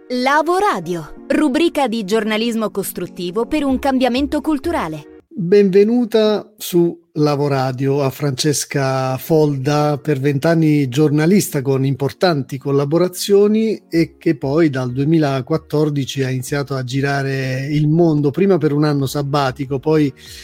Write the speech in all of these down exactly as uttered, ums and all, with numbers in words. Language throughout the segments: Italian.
Lavoradio, rubrica di giornalismo costruttivo per un cambiamento culturale. Benvenuta su Lavoradio a Francesca Folda, per vent'anni giornalista con importanti collaborazioni e che poi dal duemilaquattordici ha iniziato a girare il mondo, prima per un anno sabbatico, poi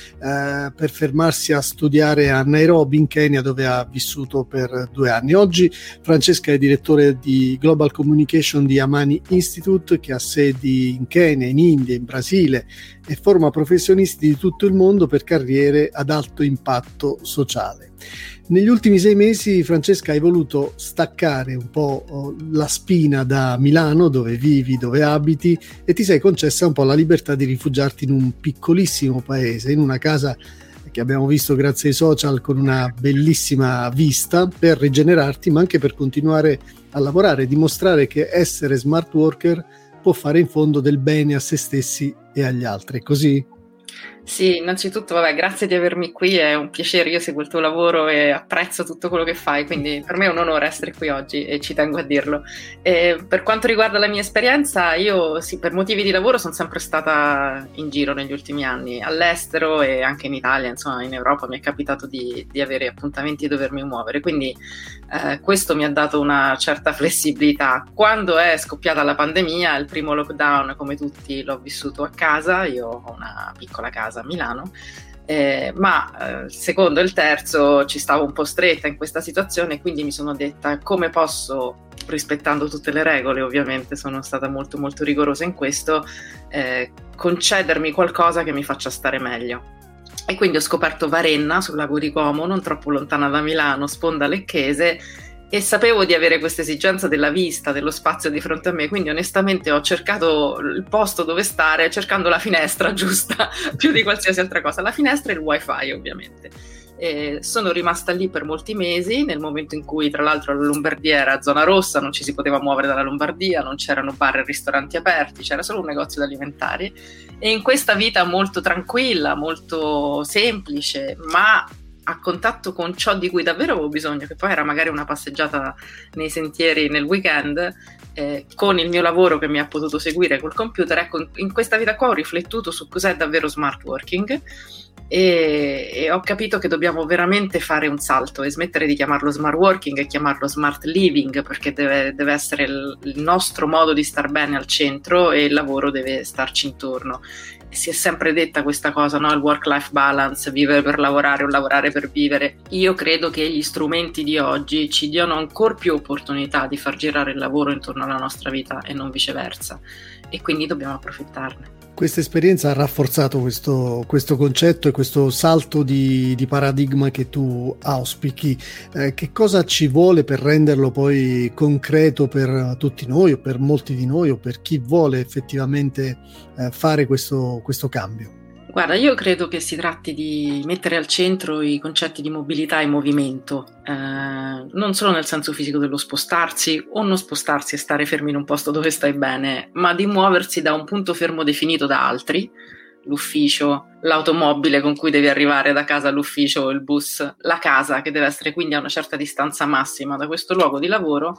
eh, per fermarsi a studiare a Nairobi in Kenya, dove ha vissuto per due anni. Oggi Francesca è direttore di Global Communication di Amani Institute, che ha sedi in Kenya, in India, in Brasile e forma professionisti di tutto il mondo per carriere ad alto impatto sociale. Negli ultimi sei mesi, Francesca, hai voluto staccare un po' la spina da Milano, dove vivi, dove abiti, e ti sei concessa un po' la libertà di rifugiarti in un piccolissimo paese, in una casa che abbiamo visto grazie ai social con una bellissima vista, per rigenerarti, ma anche per continuare a lavorare e dimostrare che essere smart worker può fare in fondo del bene a se stessi e agli altri. È così? Sì, innanzitutto vabbè, grazie di avermi qui, è un piacere, io seguo il tuo lavoro e apprezzo tutto quello che fai, quindi per me è un onore essere qui oggi e ci tengo a dirlo. E per quanto riguarda la mia esperienza, io sì, per motivi di lavoro sono sempre stata in giro negli ultimi anni, all'estero e anche in Italia, insomma in Europa mi è capitato di, di avere appuntamenti e dovermi muovere, quindi eh, questo mi ha dato una certa flessibilità. Quando è scoppiata la pandemia, il primo lockdown, come tutti, l'ho vissuto a casa, io ho una piccola casa a Milano, eh, ma eh, il secondo e il terzo ci stavo un po' stretta in questa situazione, quindi mi sono detta come posso, rispettando tutte le regole, ovviamente sono stata molto molto rigorosa in questo, eh, concedermi qualcosa che mi faccia stare meglio. E quindi ho scoperto Varenna sul lago di Como, non troppo lontana da Milano, sponda lecchese, e sapevo di avere questa esigenza della vista, dello spazio di fronte a me, quindi onestamente ho cercato il posto dove stare cercando la finestra giusta più di qualsiasi altra cosa, la finestra e il wifi ovviamente. E sono rimasta lì per molti mesi, nel momento in cui tra l'altro la Lombardia era zona rossa, non ci si poteva muovere dalla Lombardia, non c'erano bar e ristoranti aperti, c'era solo un negozio di alimentari, e in questa vita molto tranquilla, molto semplice, ma a contatto con ciò di cui davvero avevo bisogno, che poi era magari una passeggiata nei sentieri nel weekend, eh, con il mio lavoro che mi ha potuto seguire col computer. Ecco, in questa vita qua ho riflettuto su cos'è davvero smart working e, e ho capito che dobbiamo veramente fare un salto e smettere di chiamarlo smart working e chiamarlo smart living, perché deve, deve essere il, il nostro modo di star bene al centro e il lavoro deve starci intorno. Si è sempre detta questa cosa, no? Il work-life balance, vivere per lavorare o lavorare per vivere. Io credo che gli strumenti di oggi ci diano ancora più opportunità di far girare il lavoro intorno alla nostra vita e non viceversa, e quindi dobbiamo approfittarne. Questa esperienza ha rafforzato questo, questo concetto e questo salto di, di paradigma che tu auspichi. Eh, che cosa ci vuole per renderlo poi concreto per tutti noi, o per molti di noi, o per chi vuole effettivamente eh, fare questo, questo cambio? Guarda, io credo che si tratti di mettere al centro i concetti di mobilità e movimento, eh, non solo nel senso fisico dello spostarsi o non spostarsi e stare fermi in un posto dove stai bene, ma di muoversi da un punto fermo definito da altri, l'ufficio, l'automobile con cui devi arrivare da casa all'ufficio, il bus, la casa che deve essere quindi a una certa distanza massima da questo luogo di lavoro,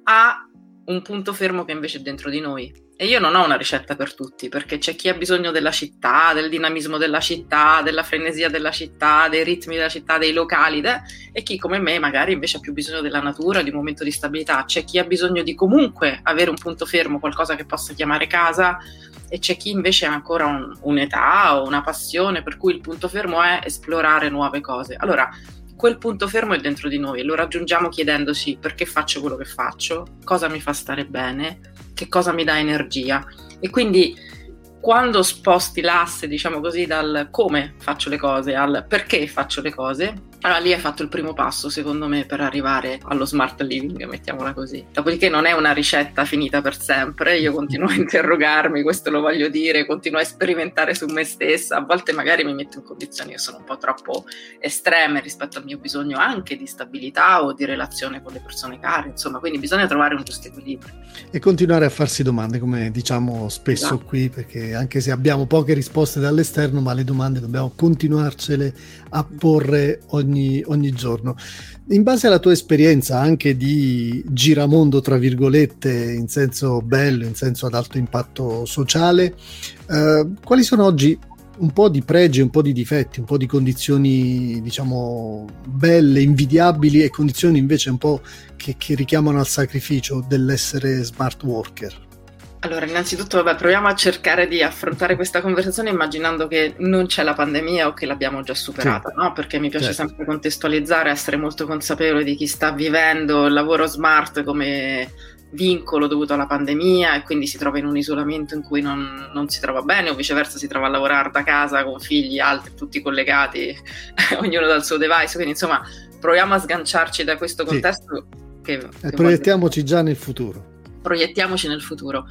a un punto fermo che invece è dentro di noi. E io non ho una ricetta per tutti, perché c'è chi ha bisogno della città, del dinamismo della città, della frenesia della città, dei ritmi della città, dei locali, de... e chi come me magari invece ha più bisogno della natura, di un momento di stabilità. C'è chi ha bisogno di comunque avere un punto fermo, qualcosa che possa chiamare casa, e c'è chi invece ha ancora un, un'età o una passione per cui il punto fermo è esplorare nuove cose. Allora, quel punto fermo è dentro di noi e lo raggiungiamo chiedendosi perché faccio quello che faccio, cosa mi fa stare bene, che cosa mi dà energia. E quindi quando sposti l'asse, diciamo così, dal come faccio le cose al perché faccio le cose, allora lì hai fatto il primo passo, secondo me, per arrivare allo smart living, mettiamola così. Dopodiché non è una ricetta finita per sempre, io continuo a interrogarmi, questo lo voglio dire, continuo a sperimentare su me stessa, a volte magari mi metto in condizioni che sono un po' troppo estreme rispetto al mio bisogno anche di stabilità o di relazione con le persone care, insomma, quindi bisogna trovare un giusto equilibrio. E continuare a farsi domande, come diciamo spesso esatto. qui, perché anche se abbiamo poche risposte dall'esterno, ma le domande dobbiamo continuarcele a porre ogni ogni, ogni giorno. In base alla tua esperienza anche di giramondo, tra virgolette, in senso bello, in senso ad alto impatto sociale, eh, quali sono oggi un po' di pregi, un po' di difetti, un po' di condizioni, diciamo, belle, invidiabili, e condizioni invece un po' che, che richiamano al sacrificio dell'essere smart worker? Allora, innanzitutto, vabbè, proviamo a cercare di affrontare questa conversazione immaginando che non c'è la pandemia o che l'abbiamo già superata, sì, no? Perché mi piace certo. sempre contestualizzare, essere molto consapevole di chi sta vivendo il lavoro smart come vincolo dovuto alla pandemia e quindi si trova in un isolamento in cui non, non si trova bene, o viceversa si trova a lavorare da casa con figli, altri, tutti collegati, ognuno dal suo device. Quindi insomma proviamo a sganciarci da questo contesto. Sì. Che, che proiettiamoci voglio... già nel futuro. Proiettiamoci nel futuro.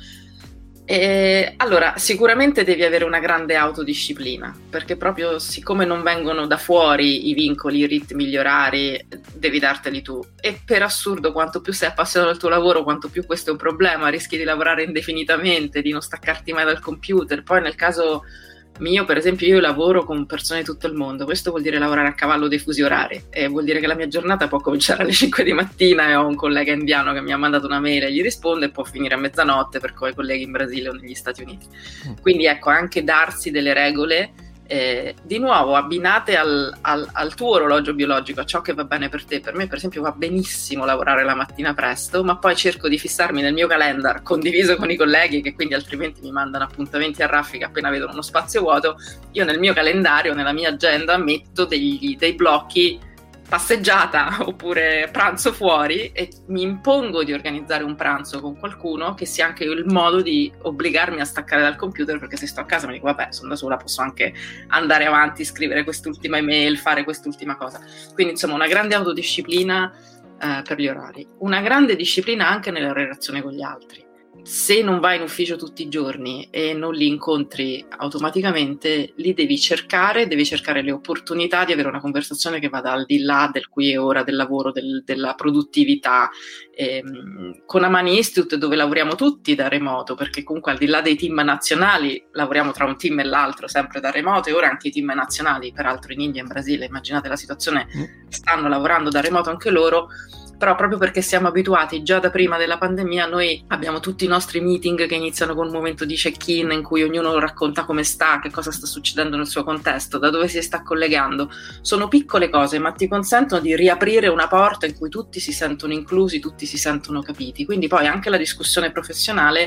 E allora, sicuramente devi avere una grande autodisciplina, perché proprio siccome non vengono da fuori i vincoli, i ritmi, gli orari, devi darteli tu. E per assurdo, quanto più sei appassionato del tuo lavoro, quanto più questo è un problema, rischi di lavorare indefinitamente, di non staccarti mai dal computer. Poi nel caso mio, per esempio, io lavoro con persone di tutto il mondo, questo vuol dire lavorare a cavallo dei fusi orari, e vuol dire che la mia giornata può cominciare alle cinque di mattina e ho un collega indiano che mi ha mandato una mail e gli risponde, e può finire a mezzanotte perché ho i colleghi in Brasile o negli Stati Uniti. Quindi ecco, anche darsi delle regole, eh, di nuovo abbinate al, al, al tuo orologio biologico, a ciò che va bene per te. Per me per esempio va benissimo lavorare la mattina presto, ma poi cerco di fissarmi nel mio calendar, condiviso con i colleghi che quindi altrimenti mi mandano appuntamenti a raffica appena vedono uno spazio vuoto. Io nel mio calendario, nella mia agenda, metto degli, dei blocchi passeggiata oppure pranzo fuori, e mi impongo di organizzare un pranzo con qualcuno che sia anche il modo di obbligarmi a staccare dal computer, perché se sto a casa mi dico vabbè, sono da sola, posso anche andare avanti, scrivere quest'ultima email, fare quest'ultima cosa. Quindi insomma una grande autodisciplina eh, per gli orari, una grande disciplina anche nella relazione con gli altri. Se non vai in ufficio tutti i giorni e non li incontri automaticamente, li devi cercare, devi cercare le opportunità di avere una conversazione che vada al di là del qui e ora, del lavoro, del, della produttività. Ehm, con Amani Institute, dove lavoriamo tutti da remoto, perché comunque al di là dei team nazionali lavoriamo tra un team e l'altro sempre da remoto, e ora anche i team nazionali, peraltro in India e in Brasile, immaginate la situazione, stanno lavorando da remoto anche loro. Però proprio perché siamo abituati già da prima della pandemia, noi abbiamo tutti i nostri meeting che iniziano con un momento di check-in in cui ognuno racconta come sta, che cosa sta succedendo nel suo contesto, da dove si sta collegando. Sono piccole cose, ma ti consentono di riaprire una porta in cui tutti si sentono inclusi, tutti si sentono capiti. Quindi poi anche la discussione professionale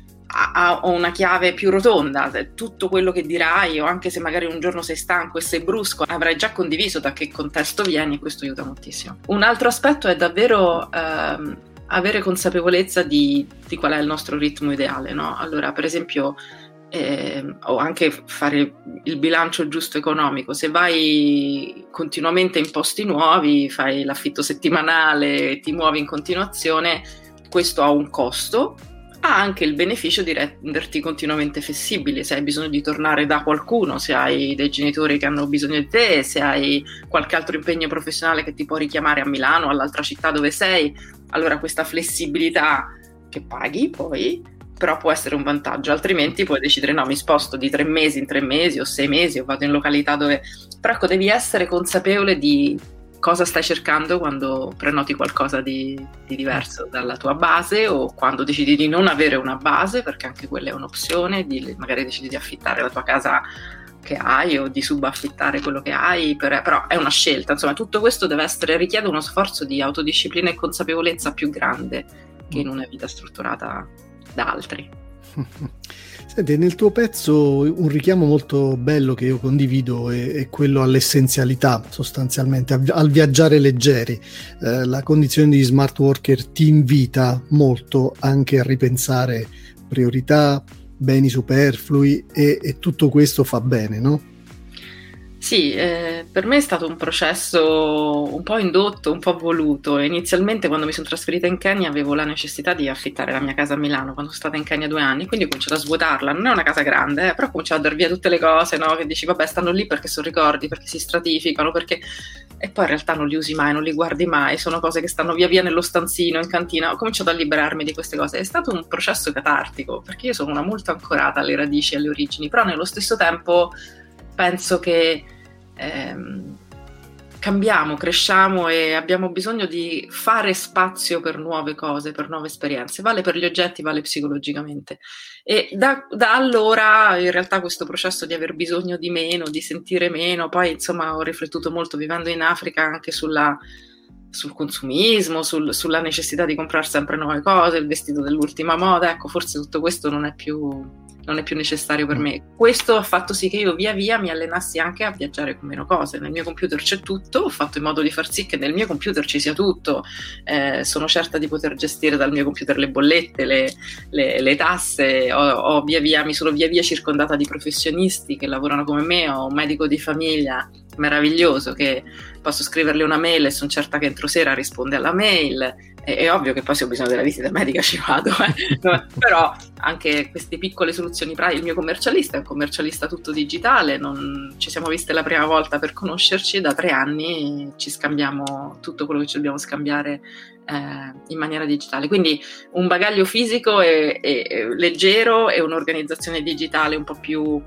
ha una chiave più rotonda. Tutto quello che dirai, o anche se magari un giorno sei stanco e sei brusco, avrai già condiviso da che contesto vieni, e questo aiuta moltissimo. Un altro aspetto è davvero ehm, avere consapevolezza di, di qual è il nostro ritmo ideale, no? Allora, per esempio, eh, o anche fare il bilancio giusto economico. Se vai continuamente in posti nuovi, fai l'affitto settimanale, ti muovi in continuazione, questo ha un costo. Ha anche il beneficio di renderti continuamente flessibile. Se hai bisogno di tornare da qualcuno, se hai dei genitori che hanno bisogno di te, se hai qualche altro impegno professionale che ti può richiamare a Milano o all'altra città dove sei, allora questa flessibilità che paghi poi, però può essere un vantaggio. Altrimenti puoi decidere no, mi sposto di tre mesi in tre mesi o sei mesi, o vado in località dove... Però ecco, devi essere consapevole di cosa stai cercando quando prenoti qualcosa di, di diverso dalla tua base, o quando decidi di non avere una base, perché anche quella è un'opzione, di, magari decidi di affittare la tua casa che hai o di subaffittare quello che hai, per, però è una scelta. Insomma, tutto questo deve essere, richiede uno sforzo di autodisciplina e consapevolezza più grande che in una vita strutturata da altri. Senti, nel tuo pezzo un richiamo molto bello che io condivido è, è quello all'essenzialità, sostanzialmente, al viaggiare leggeri. Eh, la condizione di smart worker ti invita molto anche a ripensare priorità, beni superflui, e, e tutto questo fa bene, no? Sì, eh, per me è stato un processo un po' indotto, un po' voluto. Inizialmente, quando mi sono trasferita in Kenya, avevo la necessità di affittare la mia casa a Milano, quando sono stata in Kenya due anni, quindi ho cominciato a svuotarla. Non è una casa grande, eh, però ho cominciato a dar via tutte le cose, no? Che dici, vabbè, stanno lì perché sono ricordi, perché si stratificano, perché... E poi in realtà non li usi mai, non li guardi mai, sono cose che stanno via via nello stanzino, in cantina. Ho cominciato a liberarmi di queste cose. È stato un processo catartico, perché io sono una molto ancorata alle radici e alle origini, però nello stesso tempo penso che ehm, cambiamo, cresciamo e abbiamo bisogno di fare spazio per nuove cose, per nuove esperienze. Vale per gli oggetti, vale psicologicamente. E da, da allora in realtà questo processo di aver bisogno di meno, di sentire meno, poi insomma ho riflettuto molto vivendo in Africa anche sulla, sul consumismo, sul, sulla necessità di comprare sempre nuove cose, il vestito dell'ultima moda, ecco, forse tutto questo non è più... non è più necessario per me. Questo ha fatto sì che io via via mi allenassi anche a viaggiare con meno cose. Nel mio computer c'è tutto, ho fatto in modo di far sì che nel mio computer ci sia tutto. Eh, sono certa di poter gestire dal mio computer le bollette, le, le, le tasse. Ho, ho via via, mi sono via via circondata di professionisti che lavorano come me. Ho un medico di famiglia meraviglioso che posso scriverle una mail e sono certa che entro sera risponde alla mail. È, è ovvio che poi se ho bisogno della visita medica ci vado, eh. No, però anche queste piccole soluzioni, il mio commercialista è un commercialista tutto digitale, non, ci siamo viste la prima volta per conoscerci, da tre anni ci scambiamo tutto quello che ci dobbiamo scambiare eh, in maniera digitale, quindi un bagaglio fisico e, e, e leggero e un'organizzazione digitale un po' più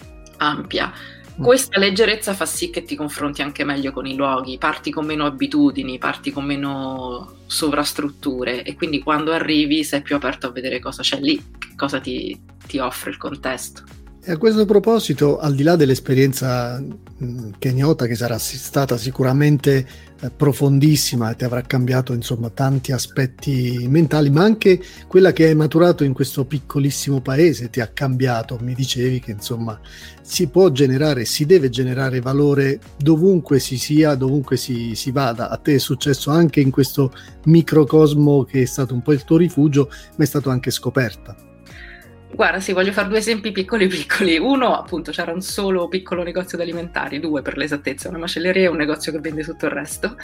ampia. Questa leggerezza fa sì che ti confronti anche meglio con i luoghi, parti con meno abitudini, parti con meno sovrastrutture e quindi quando arrivi sei più aperto a vedere cosa c'è lì, cosa ti, ti offre il contesto. E a questo proposito, al di là dell'esperienza kenyota, che sarà stata sicuramente eh, profondissima e ti avrà cambiato insomma tanti aspetti mentali, ma anche quella che hai maturato in questo piccolissimo paese ti ha cambiato. Mi dicevi che insomma si può generare, si deve generare valore dovunque si sia, dovunque si, si vada. A te è successo anche in questo microcosmo che è stato un po' il tuo rifugio, ma è stato anche scoperta. Guarda, sì, voglio fare due esempi piccoli piccoli. Uno, appunto, c'era un solo piccolo negozio di alimentari, due per l'esattezza, una macelleria e un negozio che vende tutto il resto.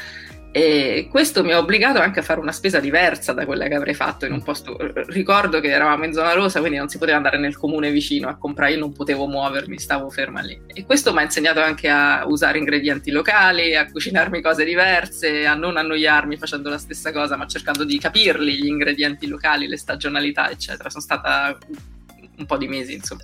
E questo mi ha obbligato anche a fare una spesa diversa da quella che avrei fatto in un posto. Ricordo che eravamo in zona rosa, quindi non si poteva andare nel comune vicino a comprare, io non potevo muovermi, stavo ferma lì. E questo mi ha insegnato anche a usare ingredienti locali, a cucinarmi cose diverse, a non annoiarmi facendo la stessa cosa, ma cercando di capirli gli ingredienti locali, le stagionalità, eccetera. Sono stata un po' di mesi, insomma.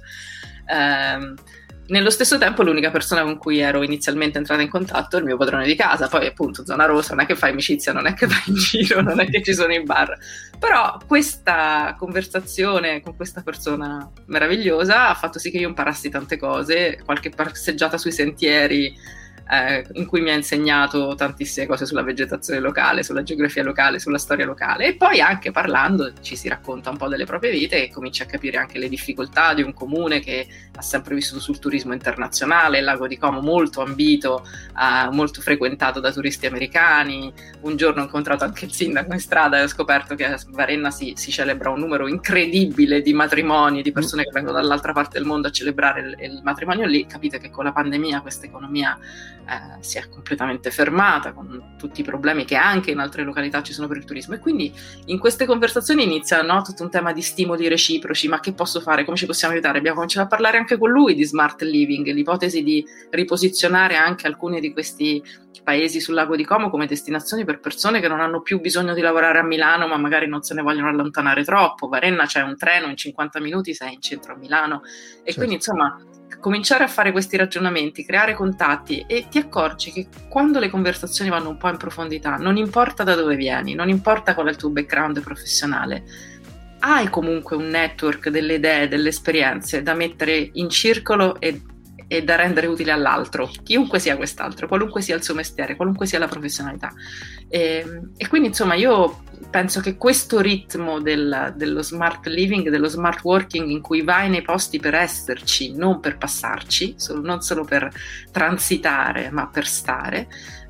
Ehm, nello stesso tempo l'unica persona con cui ero inizialmente entrata in contatto è il mio padrone di casa, poi appunto zona rosa, non è che fai amicizia, non è che vai in giro, non è che ci sono i bar, però questa conversazione con questa persona meravigliosa ha fatto sì che io imparassi tante cose, qualche passeggiata sui sentieri Eh, in cui mi ha insegnato tantissime cose sulla vegetazione locale, sulla geografia locale, sulla storia locale, e poi anche parlando ci si racconta un po' delle proprie vite e cominci a capire anche le difficoltà di un comune che ha sempre vissuto sul turismo internazionale, il lago di Como molto ambito, eh, molto frequentato da turisti americani. Un giorno ho incontrato anche il sindaco in strada e ho scoperto che a Varenna si, si celebra un numero incredibile di matrimoni, di persone che vengono dall'altra parte del mondo a celebrare il, il matrimonio lì. Capite che con la pandemia questa economia Eh, si è completamente fermata, con tutti i problemi che anche in altre località ci sono per il turismo, e quindi in queste conversazioni inizia, no, tutto un tema di stimoli reciproci. Ma che posso fare? Come ci possiamo aiutare? Abbiamo cominciato a parlare anche con lui di smart living, l'ipotesi di riposizionare anche alcuni di questi paesi sul lago di Como come destinazioni per persone che non hanno più bisogno di lavorare a Milano, ma magari non se ne vogliono allontanare troppo. Varenna c'è un treno, in cinquanta minuti sei in centro a Milano, e certo. Quindi insomma cominciare a fare questi ragionamenti, creare contatti, e ti accorgi che quando le conversazioni vanno un po' in profondità, non importa da dove vieni, non importa qual è il tuo background professionale, hai comunque un network delle idee, delle esperienze da mettere in circolo e, e da rendere utile all'altro, chiunque sia quest'altro, qualunque sia il suo mestiere, qualunque sia la professionalità. E, e quindi insomma io penso che questo ritmo del, dello smart living, dello smart working, in cui vai nei posti per esserci, non per passarci, solo, non solo per transitare, ma per stare,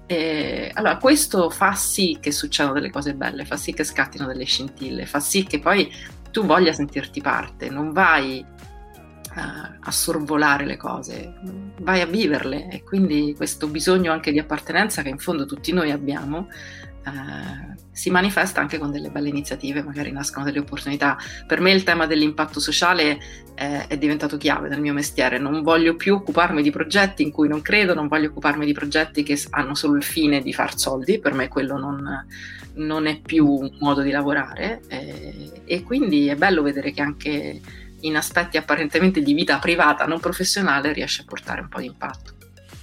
e allora questo fa sì che succedano delle cose belle, fa sì che scattino delle scintille, fa sì che poi tu voglia sentirti parte, non vai uh, a sorvolare le cose, vai a viverle. E quindi questo bisogno anche di appartenenza che in fondo tutti noi abbiamo uh, si manifesta anche con delle belle iniziative, magari nascono delle opportunità. Per me il tema dell'impatto sociale eh, è diventato chiave nel mio mestiere. Non voglio più occuparmi di progetti in cui non credo, non voglio occuparmi di progetti che hanno solo il fine di far soldi. Per me quello non, non è più un modo di lavorare, eh, e quindi è bello vedere che anche in aspetti apparentemente di vita privata, non professionale, riesce a portare un po' di impatto.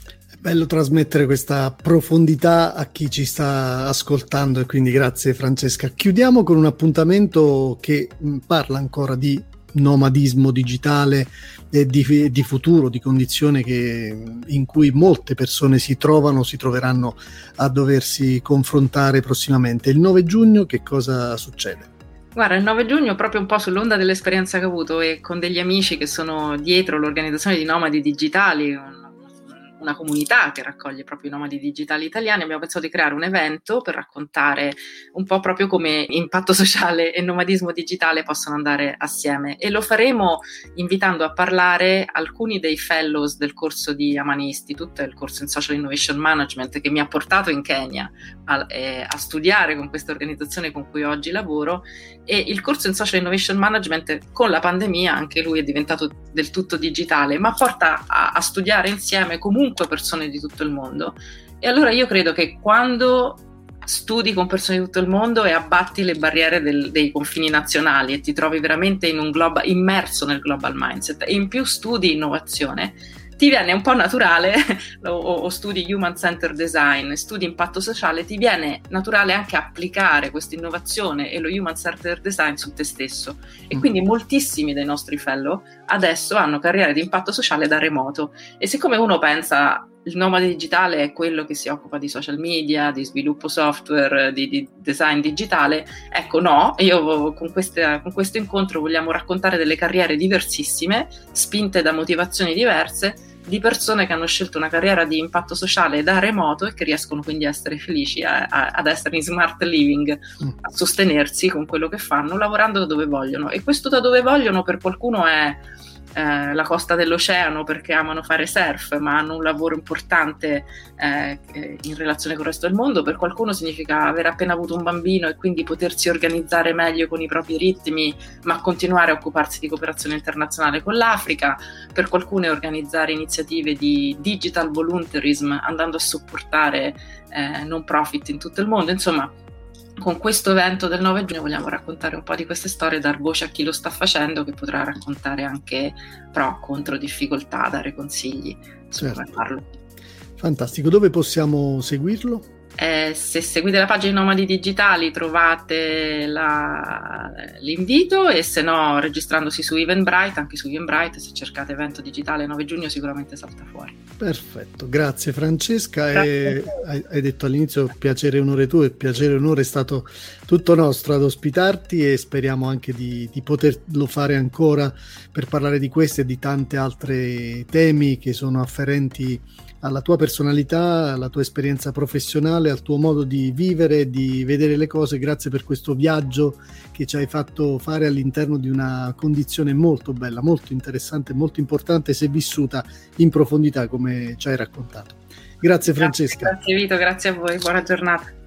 Bello trasmettere questa profondità a chi ci sta ascoltando, e quindi grazie Francesca. Chiudiamo con un appuntamento che mh, parla ancora di nomadismo digitale e di, di futuro, di condizione che, in cui molte persone si trovano, si troveranno a doversi confrontare prossimamente. Il nove giugno che cosa succede? Guarda, il nove giugno, proprio un po' sull'onda dell'esperienza che ho avuto e con degli amici che sono dietro l'organizzazione di Nomadi Digitali, un una comunità che raccoglie proprio i nomadi digitali italiani, abbiamo pensato di creare un evento per raccontare un po' proprio come impatto sociale e nomadismo digitale possono andare assieme, e lo faremo invitando a parlare alcuni dei fellows del corso di Amani Institute, il corso in Social Innovation Management che mi ha portato in Kenya a, eh, a studiare con questa organizzazione con cui oggi lavoro. E il corso in Social Innovation Management, con la pandemia anche lui è diventato del tutto digitale, ma porta a, a studiare insieme comunque persone di tutto il mondo. E allora io credo che quando studi con persone di tutto il mondo e abbatti le barriere del, dei confini nazionali e ti trovi veramente in un global, immerso nel global mindset, e in più studi innovazione, ti viene un po' naturale, o, o studi human centered design, studi impatto sociale, ti viene naturale anche applicare questa innovazione e lo human centered design su te stesso. E quindi moltissimi dei nostri fellow adesso hanno carriere di impatto sociale da remoto, e siccome uno pensa il nomade digitale è quello che si occupa di social media, di sviluppo software, di, di design digitale, ecco no, io con, queste, con questo incontro vogliamo raccontare delle carriere diversissime, spinte da motivazioni diverse, di persone che hanno scelto una carriera di impatto sociale da remoto e che riescono quindi a essere felici, a, a, ad essere in smart living, a sostenersi con quello che fanno, lavorando da dove vogliono. E questo da dove vogliono per qualcuno è eh, la costa dell'oceano perché amano fare surf, ma hanno un lavoro importante eh, in relazione con il resto del mondo. Per qualcuno significa aver appena avuto un bambino e quindi potersi organizzare meglio con i propri ritmi, ma continuare a occuparsi di cooperazione internazionale con l'Africa. Per qualcuno è organizzare iniziative di digital volunteerism, andando a supportare eh, non profit in tutto il mondo. Insomma, con questo evento del nove giugno vogliamo raccontare un po' di queste storie, dar voce a chi lo sta facendo, che potrà raccontare anche pro, contro, difficoltà, dare consigli su come farlo. Fantastico. Dove possiamo seguirlo? Eh, se seguite la pagina Nomadi Digitali trovate la, l'invito, e se no registrandosi su Eventbrite, anche su Eventbrite se cercate evento digitale nove giugno sicuramente salta fuori. Perfetto, grazie Francesca. Grazie. E hai, hai detto all'inizio piacere e onore tuo, e piacere e onore è stato tutto nostro ad ospitarti, e speriamo anche di, di poterlo fare ancora per parlare di questi e di tante altre temi che sono afferenti alla tua personalità, alla tua esperienza professionale, al tuo modo di vivere, di vedere le cose. Grazie per questo viaggio che ci hai fatto fare all'interno di una condizione molto bella, molto interessante, molto importante, se vissuta in profondità come ci hai raccontato. Grazie Francesca. Grazie, grazie Vito, grazie a voi, buona giornata.